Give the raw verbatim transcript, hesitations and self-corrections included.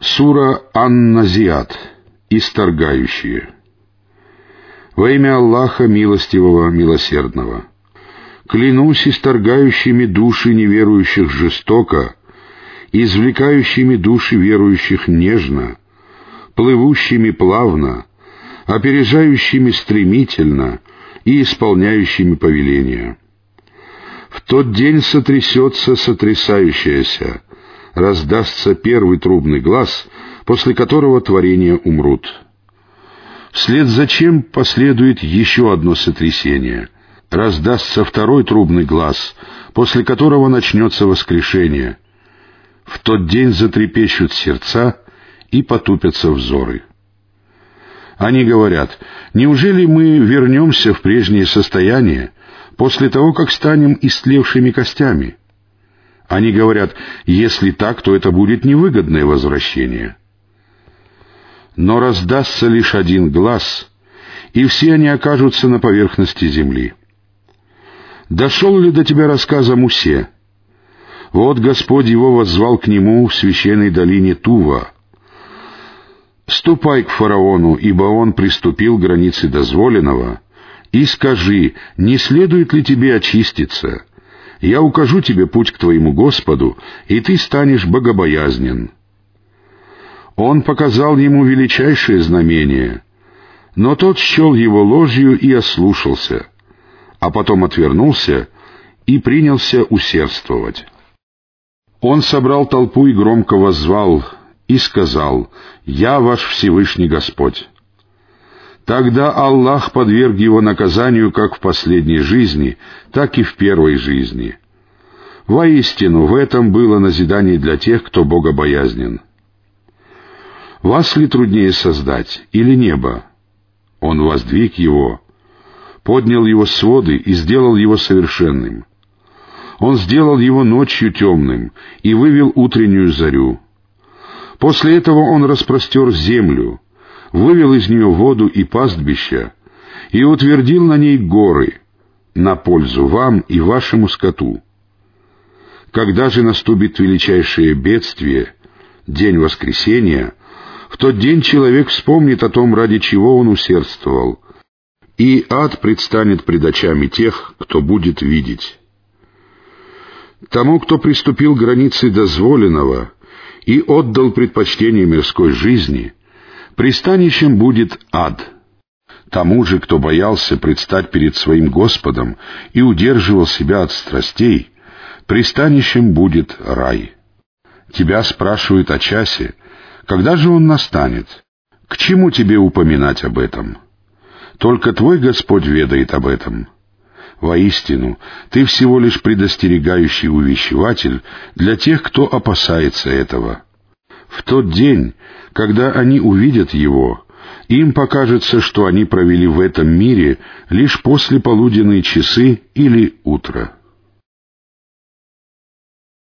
Сура Ан-Назиат. Исторгающие. Во имя Аллаха Милостивого, Милосердного. Клянусь исторгающими души неверующих жестоко, извлекающими души верующих нежно, плывущими плавно, опережающими стремительно и исполняющими повеления. В тот день сотрясется сотрясающееся, раздастся первый трубный глас, после которого творения умрут. Вслед за чем последует еще одно сотрясение. Раздастся второй трубный глас, после которого начнется воскрешение. В тот день затрепещут сердца и потупятся взоры. Они говорят: неужели мы вернемся в прежнее состояние после того, как станем истлевшими костями? Они говорят: если так, то это будет невыгодное возвращение. Но раздастся лишь один глас, и все они окажутся на поверхности земли. Дошел ли до тебя рассказ о Мусе? Вот Господь его воззвал к нему в священной долине Тува. «Ступай к фараону, ибо он приступил к границе дозволенного, и скажи, не следует ли тебе очиститься? Я укажу тебе путь к твоему Господу, и ты станешь богобоязнен». Он показал ему величайшее знамение, но тот счел его ложью и ослушался, а потом отвернулся и принялся усердствовать. Он собрал толпу и громко воззвал, и сказал: «Я ваш Всевышний Господь». Тогда Аллах подверг его наказанию как в последней жизни, так и в первой жизни. Воистину, в этом было назидание для тех, кто богобоязнен. Вас ли труднее создать, или небо? Он воздвиг его, поднял его своды и сделал его совершенным. Он сделал его ночью темным и вывел утреннюю зарю. После этого он распростер землю, вывел из нее воду и пастбища, и утвердил на ней горы, на пользу вам и вашему скоту. Когда же наступит величайшее бедствие, день воскресения, в тот день человек вспомнит о том, ради чего он усердствовал, и ад предстанет пред очами тех, кто будет видеть. Тому, кто приступил к границе дозволенного и отдал предпочтение мирской жизни, пристанищем будет ад. Тому же, кто боялся предстать перед своим Господом и удерживал себя от страстей, пристанищем будет рай. Тебя спрашивают о часе, когда же он настанет? К чему тебе упоминать об этом? Только твой Господь ведает об этом. Воистину, ты всего лишь предостерегающий увещеватель для тех, кто опасается этого. В тот день, когда они увидят его, им покажется, что они провели в этом мире лишь послеполуденные часы или утро.